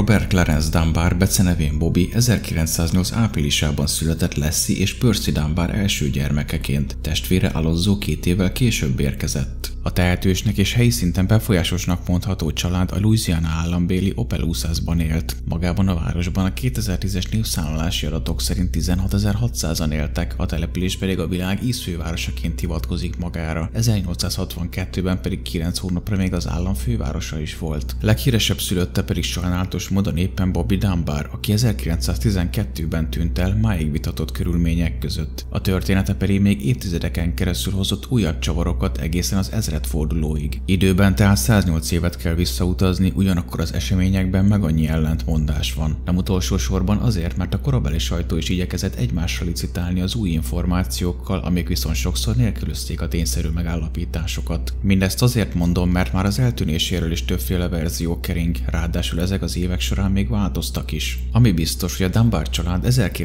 Robert Clarence Dunbar, becenevén Bobby 1908 áprilisában született Lassie és Percy Dunbar első gyermekeként, testvére Alonzo 2 évvel később érkezett. A tehetősnek és helyi szinten befolyásosnak mondható család a Louisiana állambéli Opelousasban élt. Magában a városban a 2010-es népszámlálási adatok szerint 16.600-an éltek, a település pedig a világ ízfővárosaként hivatkozik magára. 1862-ben pedig 9 hónapra még az állam fővárosa is volt. Leghíresebb szülötte pedig sajnálatos módon éppen Bobby Dunbar, aki 1912-ben tűnt el máig vitatott körülmények között. A története pedig még évtizedeken keresztül hozott újabb csavarokat egészen az ezredfordulóig. Időben tehát 108 évet kell visszautazni, ugyanakkor az eseményekben meg annyi ellentmondás van. Nem utolsó sorban azért, mert a korabeli sajtó is igyekezett egymással licitálni az új információkkal, amik viszont sokszor nélkülözték a tényszerű megállapításokat. Mindezt azért mondom, mert már az eltűnéséről is többféle verzió kering, ráadásul ezek az évek során még változtak is. Ami biztos, hogy a Dunbar család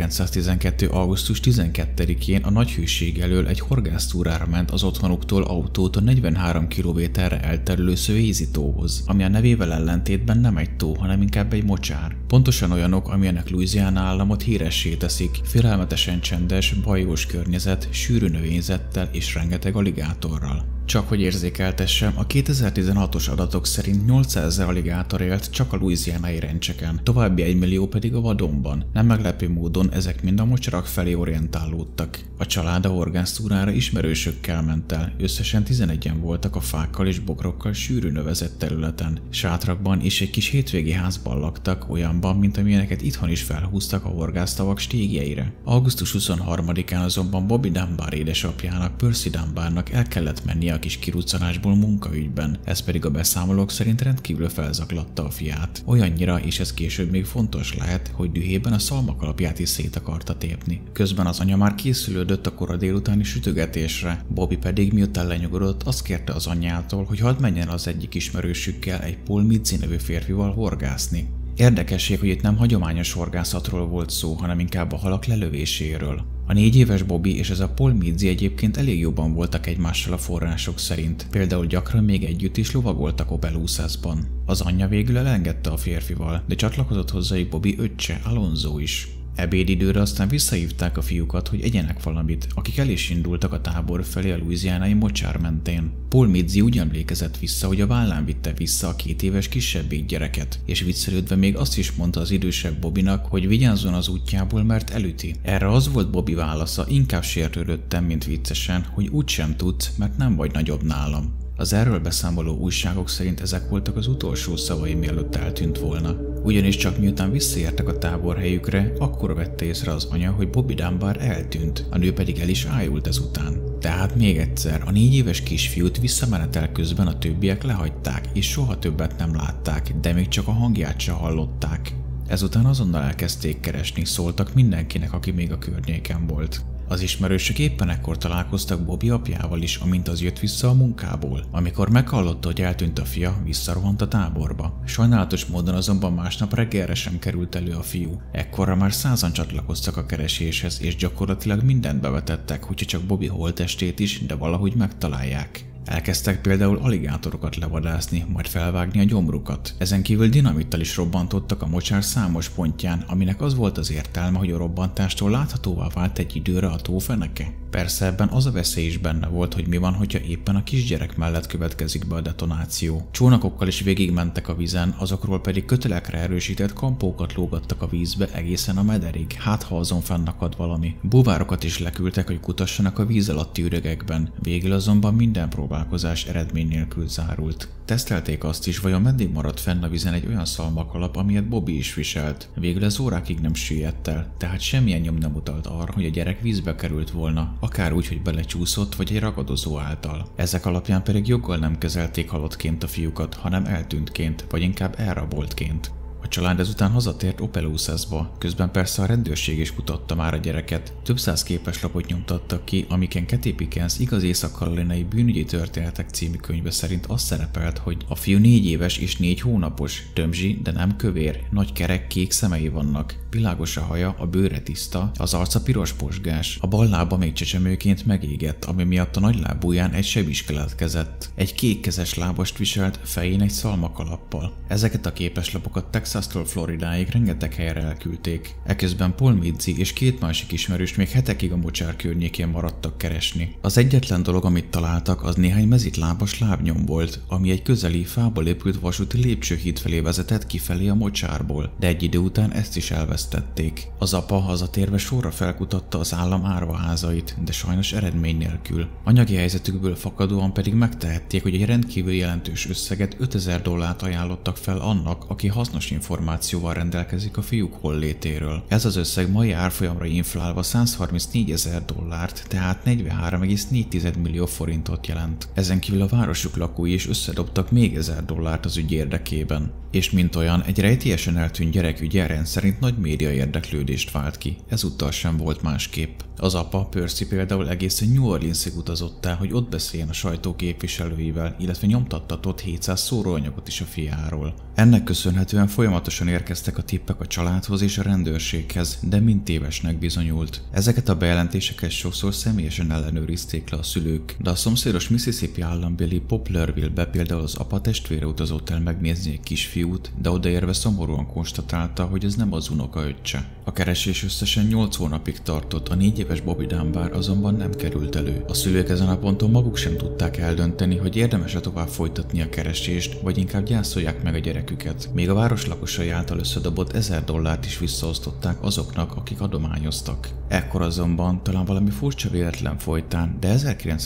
1912. augusztus 12-én a nagy hőség elől egy horgásztúrára ment az otthonuktól autót a 43 kilométerre elterülő Swayze tóhoz, ami a nevével ellentétben nem egy tó, hanem inkább egy mocsár. Pontosan olyanok, amilyenek Louisiana államot híressé teszik, félelmetesen csendes, bajós környezet, sűrű növényzettel és rengeteg aligátorral. Csak hogy érzékeltessem, a 2016-os adatok szerint 800 000 aligátor élt csak a louisianai rancheken, további 1 millió pedig a vadonban. Nem meglepő módon ezek mind a mocsarak felé orientálódtak. A család a horgásztúrára ismerősökkel ment el, összesen 11-en voltak a fákkal és bokrokkal sűrű növezett területen. Sátrakban és egy kis hétvégi házban laktak, olyanban, mint amilyeneket itthon is felhúztak a horgásztavak stégjeire. Augusztus 23-án azonban Bobby Dunbar édesapjának, Percy Dunbarnak el kellett mennie a kis kiruccanásból munkaügyben, ez pedig a beszámolók szerint rendkívül felzaklatta a fiát. Olyannyira, és ez később még fontos lehet, hogy dühében a szalmakalapját is szét akarta tépni. Közben az anya már készülődött a kora délutáni sütögetésre, Bobby pedig miután lenyugodott, azt kérte az anyjától, hogy hadd menjen az egyik ismerősükkel, egy Paul Midzi nevű férfival horgászni. Érdekesség, hogy itt nem hagyományos horgászatról volt szó, hanem inkább a halak lelövéséről. A 4 éves Bobby és ez a Paul Midzi egyébként elég jobban voltak egymással a források szerint, például gyakran még együtt is lovagoltak Opelousasban. Az anyja végül elengedte a férfival, de csatlakozott hozzájuk Bobby öccse, Alonzo is. Ebédidőre aztán visszahívták a fiúkat, hogy egyenek valamit, akik el is indultak a tábor felé a louisianai mocsár mentén. Paul Midzi úgy emlékezett vissza, hogy a vállán vitte vissza a 2 éves kisebbik gyereket, és viccelődve még azt is mondta az idősebb Bobbynak, hogy vigyázzon az útjából, mert elüti. Erre az volt Bobby válasza, inkább sértődöttem, mint viccesen, hogy úgysem tudsz, mert nem vagy nagyobb nálam. Az erről beszámoló újságok szerint ezek voltak az utolsó szavai, mielőtt eltűnt volna. Ugyanis csak miután visszaértek a táborhelyükre, akkor vette észre az anya, hogy Bobby Dunbar eltűnt, a nő pedig el is ájult ezután. Tehát még egyszer, a 4 éves kisfiút visszamenetel közben a többiek lehagyták, és soha többet nem látták, de még csak a hangját se hallották. Ezután azonnal elkezdték keresni, szóltak mindenkinek, aki még a környéken volt. Az ismerősök éppen ekkor találkoztak Bobby apjával is, amint az jött vissza a munkából. Amikor meghallotta, hogy eltűnt a fia, visszarohant a táborba. Sajnálatos módon azonban másnap reggelre sem került elő a fiú. Ekkorra már 100-an csatlakoztak a kereséshez, és gyakorlatilag mindent bevetettek, hogyha csak Bobby holttestét is, de valahogy megtalálják. Elkezdtek például aligátorokat levadászni, majd felvágni a gyomrukat. Ezen kívül dinamittal is robbantottak a mocsár számos pontján, aminek az volt az értelme, hogy a robbantástól láthatóvá vált egy időre a tó feneke. Persze ebben az a veszély is benne volt, hogy mi van, hogyha éppen a kisgyerek mellett következik be a detonáció. Csónakokkal is végigmentek a vízen, azokról pedig kötelekre erősített kampókat lógattak a vízbe egészen a mederig, hát ha azon fennakad valami. Búvárokat is leküldtek, hogy kutassanak a víz alatti üregekben, végül azonban minden próbálkozás eredmény nélkül zárult. Tesztelték azt is, vajon meddig maradt fenn a vízen egy olyan szalmakalap, amilyet Bobby is viselt. Végül ez órákig nem süllyedt el, tehát semmilyen nyom nem utalt arra, hogy a gyerek vízbe került volna, akár úgy, hogy belecsúszott, vagy egy ragadozó által. Ezek alapján pedig joggal nem kezelték halottként a fiúkat, hanem eltűntként, vagy inkább elraboltként. A család ezután hazatért Opelousasba, közben persze a rendőrség is kutatta már a gyereket. Több 100 képeslapot nyomtattak ki, amiken Katy Pickens Igaz észak-karolinai bűnügyi történetek című könyve szerint az szerepelt, hogy a fiú 4 éves és 4 hónapos, tömzsi, de nem kövér, nagy kerek kék szemei vannak, világos a haja, a bőre tiszta, az arca piros posgás, a bal lába még csecsemőként megégett, ami miatt a nagy lábujján egy seb is keletkezett. Egy kékkezes lábast viselt, fején egy szalmakalappal. Ezeket a képeslapokat Texastól Floridáig rengeteg helyre elküldték. Eközben Paul Midzi és két másik ismerős még hetekig a mocsár környékén maradtak keresni. Az egyetlen dolog, amit találtak, az néhány mezitlábas lábnyom volt, ami egy közeli fából épült vasúti lépcsőhíd felé vezetett kifelé a mocsárból, de egy idő után ezt is elvesztették. Az apa hazatérve sorra felkutatta az állam árvaházait, de sajnos eredmény nélkül. Anyagi helyzetükből fakadóan pedig megtehették, hogy egy rendkívül jelentős összeget, $5000 ajánlottak fel annak, aki hasznos információval rendelkezik a fiúk hollétéről. Ez az összeg mai árfolyamra inflálva $134,000, tehát 43,4 millió forintot jelent. Ezen kívül a városuk lakói is összedobtak még $1000 az ügy érdekében. És mint olyan, egy rejtélyesen eltűnt gyerek ügye rendszerint nagy média érdeklődést vált ki. Ezúttal sem volt másképp. Az apa, Percy például egészen New Orleansig utazott el, hogy ott beszéljen a sajtó képviselőivel, illetve nyomtattatott 700 szóróanyagot is a fiáról. Ennek köszönhetően folyamatosan érkeztek a tippek a családhoz és a rendőrséghez, de mind tévesnek bizonyult. Ezeket a bejelentéseket sokszor személyesen ellenőrizték le a szülők, de a szomszédos Mississippi állambéli Poplarville-be például az apa testvére utazott el megnézni egy kisfiút, de odaérve szomorúan konstatálta, hogy ez nem az unokaöccse. A keresés összesen 8 hónapig tartott, a 4 éves Bobby Dunbar azonban nem került elő. A szülők ezen a ponton maguk sem tudták eldönteni, hogy érdemes-e tovább folytatni a keresést, vagy inkább gyászolják meg a gyereküket. Még a város lakosai által összedobott $1000 is visszaosztották azoknak, akik adományoztak. Ekkor azonban talán valami furcsa véletlen folytán, de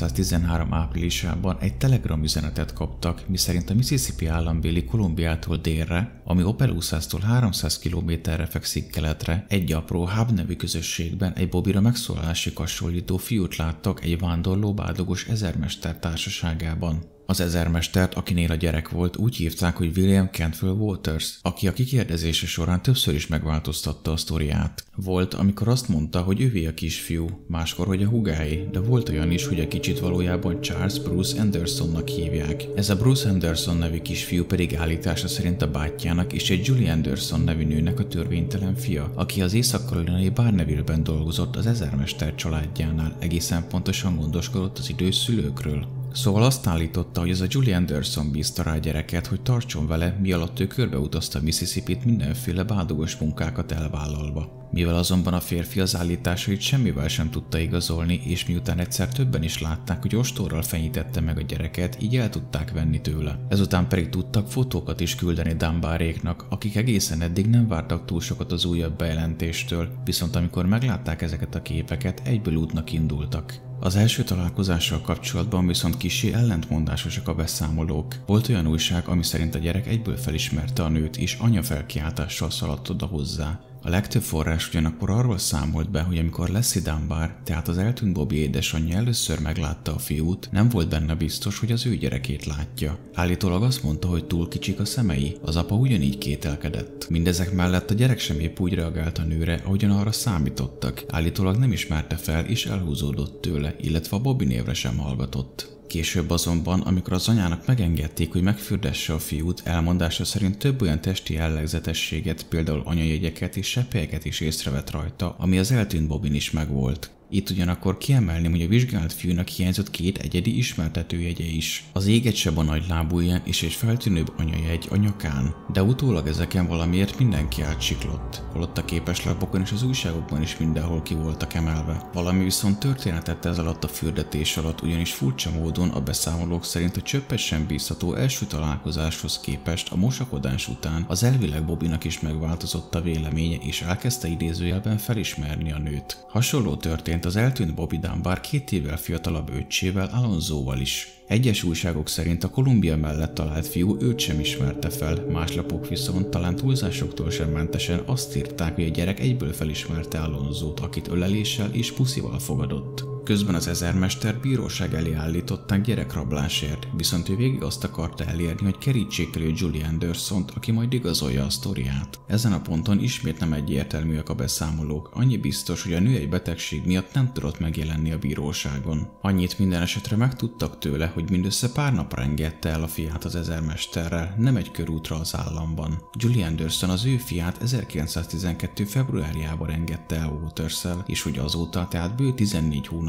1913 áprilisában egy telegram üzenetet kaptak, miszerint a Mississippi állambéli Kolumbiától délre, ami Opelousastól 300 kilométerre fekszik keletre, egy apró Hub nevű közösségben egy Bobbyra megszólalásig hasonlító fiút láttak egy vándorló bádogos ezermester társaságában. Az ezermestert, akinél a gyerek volt, úgy hívták, hogy William Cantwell Waters, aki a kikérdezése során többször is megváltoztatta a sztoriát. Volt, amikor azt mondta, hogy ővé a kisfiú, máskor, hogy a húgáé, de volt olyan is, hogy a kicsit valójában Charles Bruce Andersonnak hívják. Ez a Bruce Anderson nevű kisfiú pedig állítása szerint a bátyjának és egy Julie Anderson nevű nőnek a törvénytelen fia, aki az észak-karolinai Barneville-ben dolgozott az ezermester családjánál, egészen pontosan gondoskodott az idős szülőkről. Szóval azt állította, hogy ez a Julie Anderson bízta rá a gyereket, hogy tartson vele, mi alatt ő körbeutazta Mississippit mindenféle bádogos munkákat elvállalva. Mivel azonban a férfi az állításait semmivel sem tudta igazolni, és miután egyszer többen is látták, hogy ostorral fenyítette meg a gyereket, így el tudták venni tőle. Ezután pedig tudtak fotókat is küldeni Dunbaréknak, akik egészen eddig nem vártak túl sokat az újabb bejelentéstől, viszont amikor meglátták ezeket a képeket, egyből útnak indultak. Az első találkozással kapcsolatban viszont kissé ellentmondásosak a beszámolók. Volt olyan újság, ami szerint a gyerek egyből felismerte a nőt, és anyafelkiáltással szaladt oda hozzá. A legtöbb forrás ugyanakkor arról számolt be, hogy amikor Leslie Dunbar, tehát az eltűnt Bobby édesanyja először meglátta a fiút, nem volt benne biztos, hogy az ő gyerekét látja. Állítólag azt mondta, hogy túl kicsik a szemei, az apa ugyanígy kételkedett. Mindezek mellett a gyerek sem épp úgy reagált a nőre, ahogyan arra számítottak. Állítólag nem ismerte fel és elhúzódott tőle, illetve a Bobby névre sem hallgatott. Később azonban, amikor az anyának megengedték, hogy megfürdesse a fiút, elmondása szerint több olyan testi jellegzetességet, például anyajegyeket és seppelyeket is észrevett rajta, ami az eltűnt Bobbyn is megvolt. Itt ugyanakkor kiemelném, hogy a vizsgált fiúnak hiányzott 2 egyedi ismertetőjegye is. Az ég egy seb a nagylábúján és egy feltűnőbb anyajegy a nyakán, de utólag ezeken valamiért mindenki átsiklott, holott a képeslapokon és az újságokban is mindenhol ki voltak emelve. Valami viszont történetett ez alatt a fürdetés alatt, ugyanis furcsa módon a beszámolók szerint a csöppet sem bízható első találkozáshoz képest a mosakodás után az elvileg Bobbynak is megváltozott a véleménye, és elkezdte idézőjelben felismerni a nőt. Hasonló történt az eltűnt Bobby Dunbar 2 évvel fiatalabb öccsével, Alonzoval is. Egyes újságok szerint a Columbia mellett talált fiú őt sem ismerte fel, más lapok viszont talán túlzásoktól sem mentesen azt írták, hogy a gyerek egyből felismerte Alonzót, akit öleléssel és puszival fogadott. Közben az ezermester bíróság elé állították gyerekrablásért, viszont ő végig azt akarta elérni, hogy kerítsék elő Julie Andersont, aki majd igazolja a sztoriát. Ezen a ponton ismét nem egyértelműek a beszámolók, annyi biztos, hogy a nő egy betegség miatt nem tudott megjelenni a bíróságon. Annyit minden esetre megtudtak tőle, hogy mindössze pár napra engedte el a fiát az ezermesterrel, nem egy körútra az államban. Julie Anderson az ő fiát 1912. februárjában engedte el Waters-szel, és hogy azóta, tehát bő 14 hónapig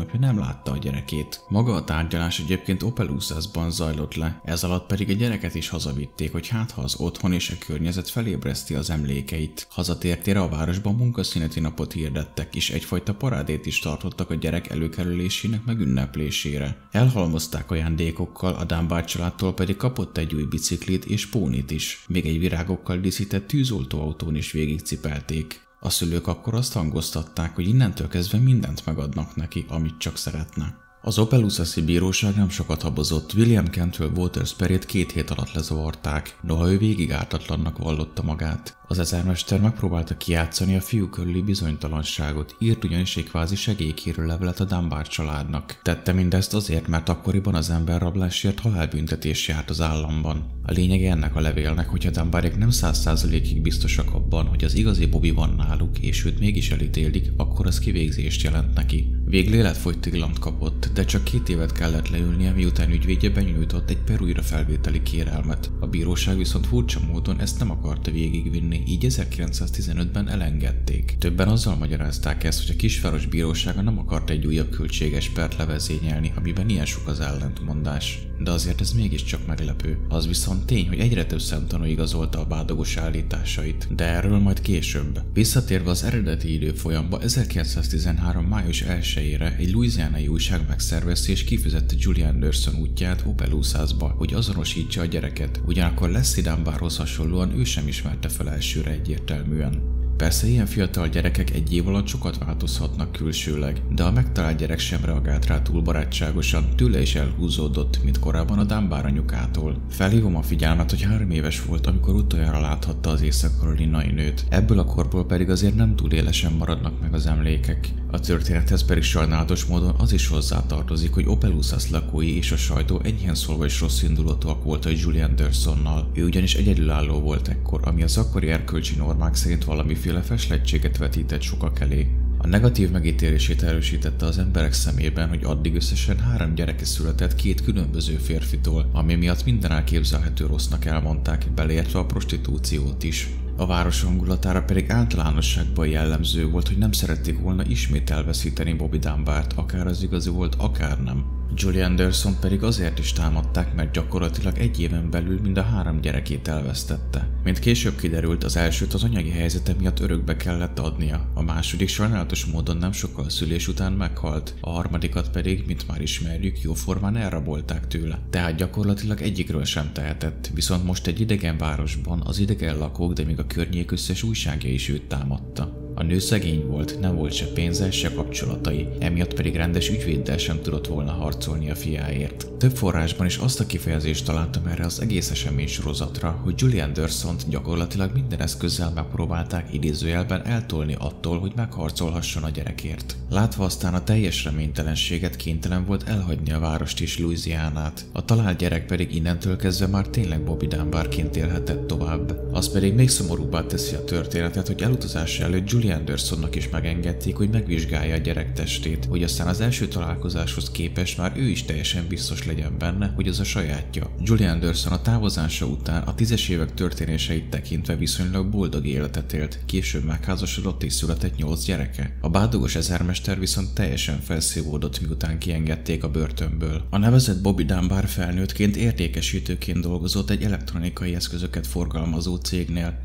napja nem látta a gyerekét. Maga a tárgyalás egyébként Opelousasban zajlott le, ez alatt pedig a gyereket is hazavitték, hogy hát ha az otthon és a környezet felébreszti az emlékeit. Hazatértére a városban munkaszüneti napot hirdettek, és egyfajta parádét is tartottak a gyerek előkerülésének megünneplésére. Elhalmozták ajándékokkal, a Dunbar családtól pedig kapott egy új biciklit és pónit is, még egy virágokkal díszített tűzoltóautón is végigcipelték. A szülők akkor azt hangoztatták, hogy innentől kezdve mindent megadnak neki, amit csak szeretne. Az Opelousasi bíróság nem sokat habozott, William Cantwell Waters perét 2 hét alatt lezavarták, noha ő végig ártatlannak vallotta magát. Az ezermester megpróbálta kijátszani a fiú körüli bizonytalanságot, írt ugyanis egy kvázi segélykérő levelet a Dunbar családnak. Tette mindezt azért, mert akkoriban az emberrablásért halálbüntetés járt az államban. A lényege ennek a levélnek, hogyha Dunbarék nem 100%-ig biztosak abban, hogy az igazi Bobby van náluk, és őt mégis elítélik, akkor az kivégzést jelent neki. Végül életfogytiglant kapott, de csak 2 évet kellett leülnie, miután ügyvédje benyújtott egy per újrafelvételi kérelmet. A bíróság viszont furcsa módon ezt nem akarta végigvinni, így 1915-ben elengedték. Többen azzal magyarázták ezt, hogy a kisváros bírósága nem akart egy újabb költséges pert levezényelni, amiben ilyen sok az ellentmondás. De azért ez mégiscsak meglepő. Az viszont tény, hogy egyre több szemtanú igazolta a bádogos állításait, de erről majd később. Visszatérve az eredeti időfolyamba, 1913. május 1-ére egy louisianai újság megszervezte és kifizette Julie Anderson útját Opelousasba, hogy azonosítsa a gyereket. Ugyanakkor Leslie Dunbarhoz hasonlóan ő sem ismerte fel elsőre egyértelműen. Persze ilyen fiatal gyerekek egy év alatt sokat változhatnak külsőleg, de a megtalált gyerek sem reagált rá túl barátságosan, tőle is elhúzódott, mint korábban a Dunbar anyukától. Felhívom a figyelmet, hogy 3 éves volt, amikor utoljára láthatta az észak-karolinai nőt. Ebből a korból pedig azért nem túl élesen maradnak meg az emlékek. A történethez pedig sajnálatos módon az is hozzátartozik, hogy Opelousas lakói és a sajtó enyhén szólva is rossz indulatúak voltak Julie Andersonnal. Ő ugyanis egyedülálló volt ekkor, ami az akkori erkölcsi normák szerint valamiféle feslettséget vetített sokak elé. A negatív megítélését erősítette az emberek szemében, hogy addig összesen 3 gyereke született 2 különböző férfitól, ami miatt minden elképzelhető rossznak elmondták, beleértve a prostitúciót is. A város hangulatára pedig általánosságban jellemző volt, hogy nem szerették volna ismét elveszíteni Bobby Dunbart, akár az igazi volt, akár nem. Julie Anderson pedig azért is támadták, mert gyakorlatilag 1 éven belül mind a 3 gyerekét elvesztette. Mint később kiderült, az elsőt az anyagi helyzete miatt örökbe kellett adnia, a második sajnálatos módon nem sokkal a szülés után meghalt, a harmadikat pedig, mint már ismerjük, jóformán elrabolták tőle. Tehát gyakorlatilag egyikről sem tehetett, viszont most egy idegen városban az idegen lakók, de még a környék összes újságja is őt támadta. A nő szegény volt, nem volt se pénze, se kapcsolatai, emiatt pedig rendes ügyvéddel sem tudott volna harcolni a fiáért. Több forrásban is azt a kifejezést találtam erre az egész esemény sorozatra, hogy Julie Andersont gyakorlatilag minden eszközzel megpróbálták idézőjelben eltolni attól, hogy megharcolhasson a gyerekért. Látva aztán a teljes reménytelenséget, kénytelen volt elhagyni a várost és Louisianát. A talált gyerek pedig innentől kezdve már tényleg Bobby Dunbarként élhetett tovább. Az pedig még szomorúbbá teszi a történetet, hogy elutazása előtt Julie Andersonnak is megengedték, hogy megvizsgálja a gyerek testét, hogy aztán az első találkozáshoz képest már ő is teljesen biztos legyen benne, hogy az a sajátja. Julie Anderson a távozása után a 10-es évek történéseit tekintve viszonylag boldog életet élt, később megházasodott és született 8 gyereke. A bádogos ezermester viszont teljesen felszívódott, miután kiengedték a börtönből. A nevezett Bobby Dunbar felnőttként értékesítőként dolgozott egy elektronikai eszközöket forgalmazó cégnél.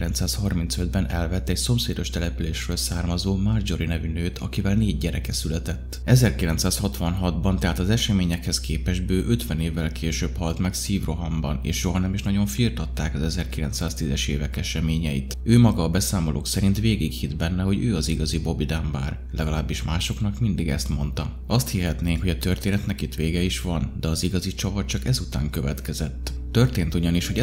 1935-ben elvett egy szomszédos településről származó Marjorie nevű nőt, akivel 4 gyereke született. 1966-ban, tehát az eseményekhez képest bő 50 évvel később halt meg szívrohamban, és soha nem is nagyon firtatták az 1910-es évek eseményeit. Ő maga a beszámolók szerint végig hitt benne, hogy ő az igazi Bobby Dunbar, legalábbis másoknak mindig ezt mondta. Azt hihetnénk, hogy a történetnek itt vége is van, de az igazi csavar csak ezután következett. Történt ugyanis, hogy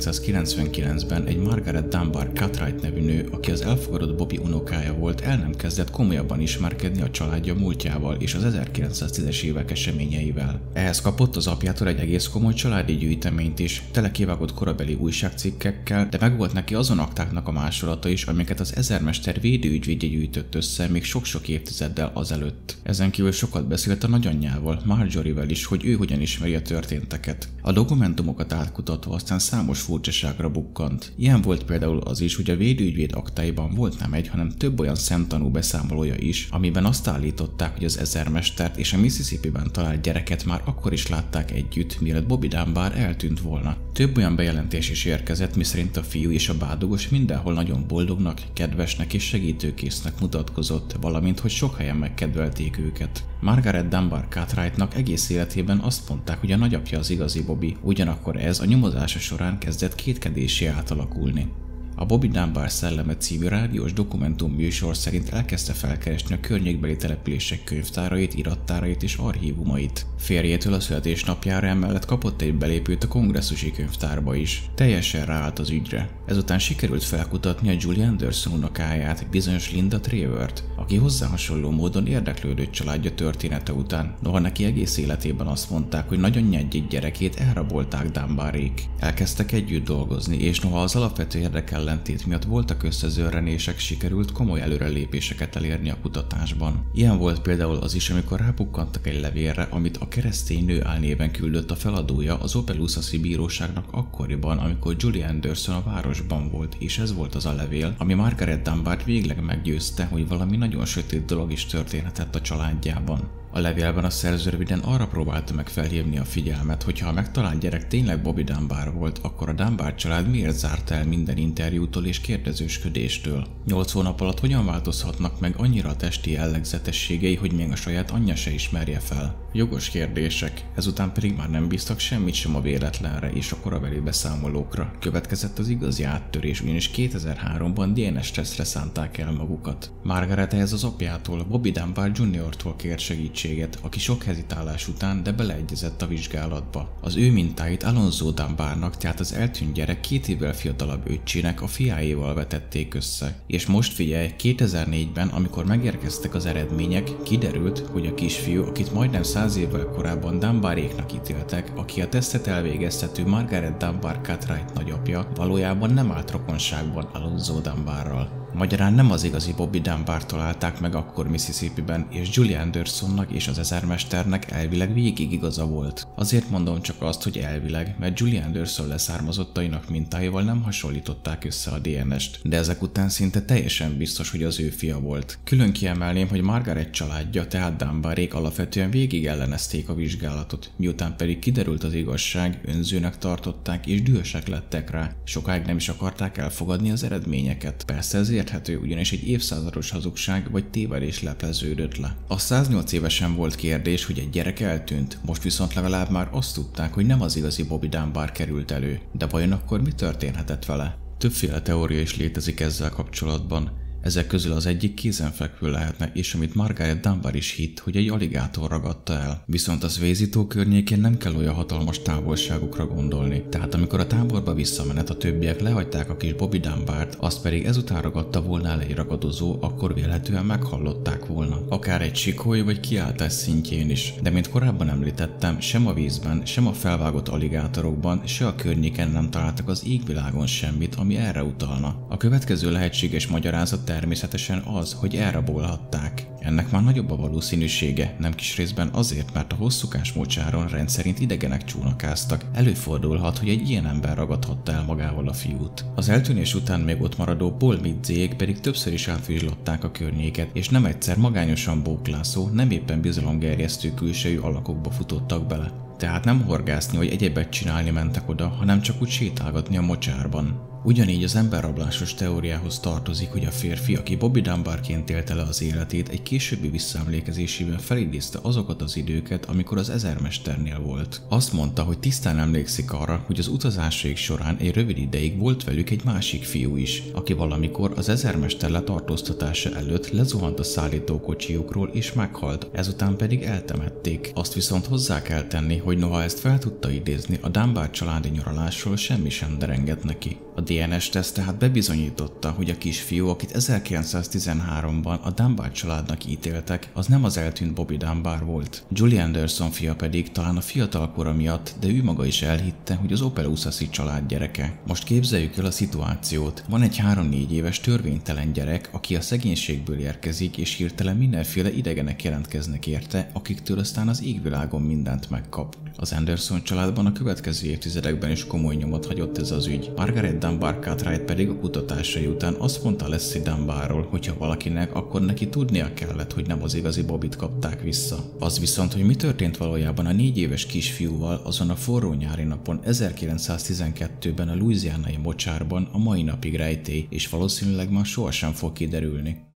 1999-ben egy Margaret Dunbar Cartwright nevű nő, aki az elfogadott Bobby unokája volt, el nem kezdett komolyabban ismerkedni a családja múltjával és az 1910-es évek eseményeivel. Ehhez kapott az apjától egy egész komoly családi gyűjteményt is, tele kivágott korabeli újságcikkekkel, de megvolt neki azon aktáknak a másolata is, amiket az ezermester védőügyvédje gyűjtött össze még sok-sok évtizeddel azelőtt. Ezen kívül sokat beszélt a nagyanyjával, Marjorie-vel is, hogy ő hogyan ismeri a történteket. A dokumentumokat volt átkutatva, aztán számos furcsaságra bukkant. Ilyen volt például az is, hogy a védőügyvéd aktáiban volt nem egy, hanem több olyan szemtanú beszámolója is, amiben azt állították, hogy az ezermestert és a Mississippiben talált gyereket már akkor is látták együtt, mielőtt Bobby Dunbar eltűnt volna. Több olyan bejelentés is érkezett, miszerint a fiú és a bádogos mindenhol nagyon boldognak, kedvesnek és segítőkésznek mutatkozott, valamint hogy sok helyen megkedvelték őket. Margaret Dunbar Cartwrightnak egész életében azt mondták, hogy a nagyapja az igazi Bobby, ugyanakkor ez a nyomozása során kezdett kétkedésé átalakulni. A Bobby Dunbar szelleme című rádiós dokumentum műsor szerint elkezdte felkeresni a környékbeli települések könyvtárait, irattárait és archívumait. Férjétől a születésnapjára emellett kapott egy belépőt a kongresszusi könyvtárba is. Teljesen ráállt az ügyre. Ezután sikerült felkutatni a Julie Anderson unokáját, bizonyos Linda Travert, aki hozzá hasonló módon érdeklődött családja története után, noha neki egész életében azt mondták, hogy nagyanyját gyerekét elrabolták Dunbarék. Elkezdtek együtt dolgozni, és noha az alapvető érdekellentét miatt voltak összezörrenések, sikerült komoly előrelépéseket elérni a kutatásban. Ilyen volt például az is, amikor rábukkantak egy levélre, amit a keresztény nő álnéven küldött a feladója az Opelousas-i bíróságnak akkoriban, amikor Julie Anderson a városban volt, és ez volt az a levél, ami Margaret Dunbart végleg meggyőzte, hogy valami nagyon sötét dolog is történhetett a családjában. A levélben a szerző röviden arra próbálta meg felhívni a figyelmet, hogy ha a megtalált gyerek tényleg Bobby Dunbar volt, akkor a Dunbar család miért zárt el minden interjútól és kérdezősködéstől? 8 hónap alatt hogyan változhatnak meg annyira a testi jellegzetességei, hogy még a saját anyja se ismerje fel? Jogos kérdések, ezután pedig már nem bíztak semmit sem a véletlenre és a korabeli beszámolókra. Következett az igazi áttörés, ugyanis 2003-ban DNS tesztre szánták el magukat. Margaret ehhez az apjától, Bobby Dunbar Jr.-tól kért segítséget, aki sok hezitálás után, de beleegyezett a vizsgálatba. Az ő mintáit Alonzo Dunbarnak, tehát az eltűnt gyerek 2 évvel fiatalabb öccsének, a fiáéval vetették össze. És most figyelj, 2004-ben, amikor megérkeztek az eredmények, kiderült, hogy a kisfiú, akit majdnem 100 évvel korábban Dunbaréknak ítéltek, aki a tesztet elvégeztető Margaret Dunbar Cartwright nagyapja, valójában nem állt rokonságban Alonzo Dunbarral. Magyarán nem az igazi Bobby Dunbart találták meg akkor Mississippiben, és Julie Andersonnak és az ezermesternek elvileg végig igaza volt. Azért mondom csak azt, hogy elvileg, mert Julie Anderson leszármazottainak mintáival nem hasonlították össze a DNS-t, de ezek után szinte teljesen biztos, hogy az ő fia volt. Külön kiemelném, hogy Margaret családja, tehát Dunbarék alapvetően végig ellenezték a vizsgálatot, miután pedig kiderült az igazság, önzőnek tartották és dühösek lettek rá. Sokáig nem is akarták elfogadni az eredményeket. Persze ez érthető, ugyanis egy évszázados hazugság vagy tévedés lepleződött le. A 108 évesen volt kérdés, hogy egy gyerek eltűnt, most viszont legalább már azt tudták, hogy nem az igazi Bobby Dunbar került elő. De vajon akkor mi történhetett vele? Többféle teória is létezik ezzel kapcsolatban. Ezek közül az egyik kézenfekvő lehetne, és amit Margaret Dunbar is hitt, hogy egy aligátor ragadta el. Viszont a Swayze tó környékén nem kell olyan hatalmas távolságokra gondolni. Tehát amikor a táborba visszamenet a többiek lehagyták a kis Bobby Dunbart, azt pedig ezután ragadta volna el egy ragadozó, akkor vélhetően meghallották volna. Akár egy sikoly vagy kiáltás szintjén is. De mint korábban említettem, sem a vízben, sem a felvágott aligátorokban, se a környéken nem találtak az égvilágon semmit, ami erre utalna. A következő lehetséges magyarázat természetesen az, hogy elrabolhatták. Ennek már nagyobb a valószínűsége, nem kis részben azért, mert a hosszúkás mocsáron rendszerint idegenek csónakáztak. Előfordulhat, hogy egy ilyen ember ragadhatta el magával a fiút. Az eltűnés után még ott maradó Paul Midzék pedig többször is átvizslatták a környéket, és nem egyszer magányosan bóklászó, nem éppen bizalomgerjesztő külsejű alakokba futottak bele. Tehát nem horgászni vagy egyebet csinálni mentek oda, hanem csak úgy sétálgatni a mocsárban. Ugyanígy az emberrablásos teóriához tartozik, hogy a férfi, aki Bobby Dunbarként élte le az életét, egy későbbi visszaemlékezésében felidézte azokat az időket, amikor az ezermesternél volt. Azt mondta, hogy tisztán emlékszik arra, hogy az utazásaik során egy rövid ideig volt velük egy másik fiú is, aki valamikor az ezermester letartóztatása előtt lezuhant a szállítókocsiukról és meghalt, ezután pedig eltemették. Azt viszont hozzá kell tenni, hogy noha ezt fel tudta idézni, a Dunbar családi nyaralásról semmi sem derengett neki. A DNS-teszt tehát bebizonyította, hogy a kisfiú, akit 1913-ban a Dunbar családnak ítéltek, az nem az eltűnt Bobby Dunbar volt. Julie Anderson fia pedig talán a fiatal kora miatt, de ő maga is elhitte, hogy az Opelousas-i család gyereke. Most képzeljük el a szituációt. Van egy 3-4 éves törvénytelen gyerek, aki a szegénységből érkezik, és hirtelen mindenféle idegenek jelentkeznek érte, akiktől aztán az égvilágon mindent megkap. Az Anderson családban a következő évtizedekben is komoly nyomot hagyott ez az ügy. Margaret Dunbar Cartwright pedig a kutatásai után azt mondta Leslie Dunbarról, hogy ha valakinek, akkor neki tudnia kellett, hogy nem az igazi Bobbyt kapták vissza. Az viszont, hogy mi történt valójában a 4 éves kisfiúval azon a forró nyári napon 1912-ben a louisianai mocsárban, a mai napig rejtély, és valószínűleg már sohasem fog kiderülni.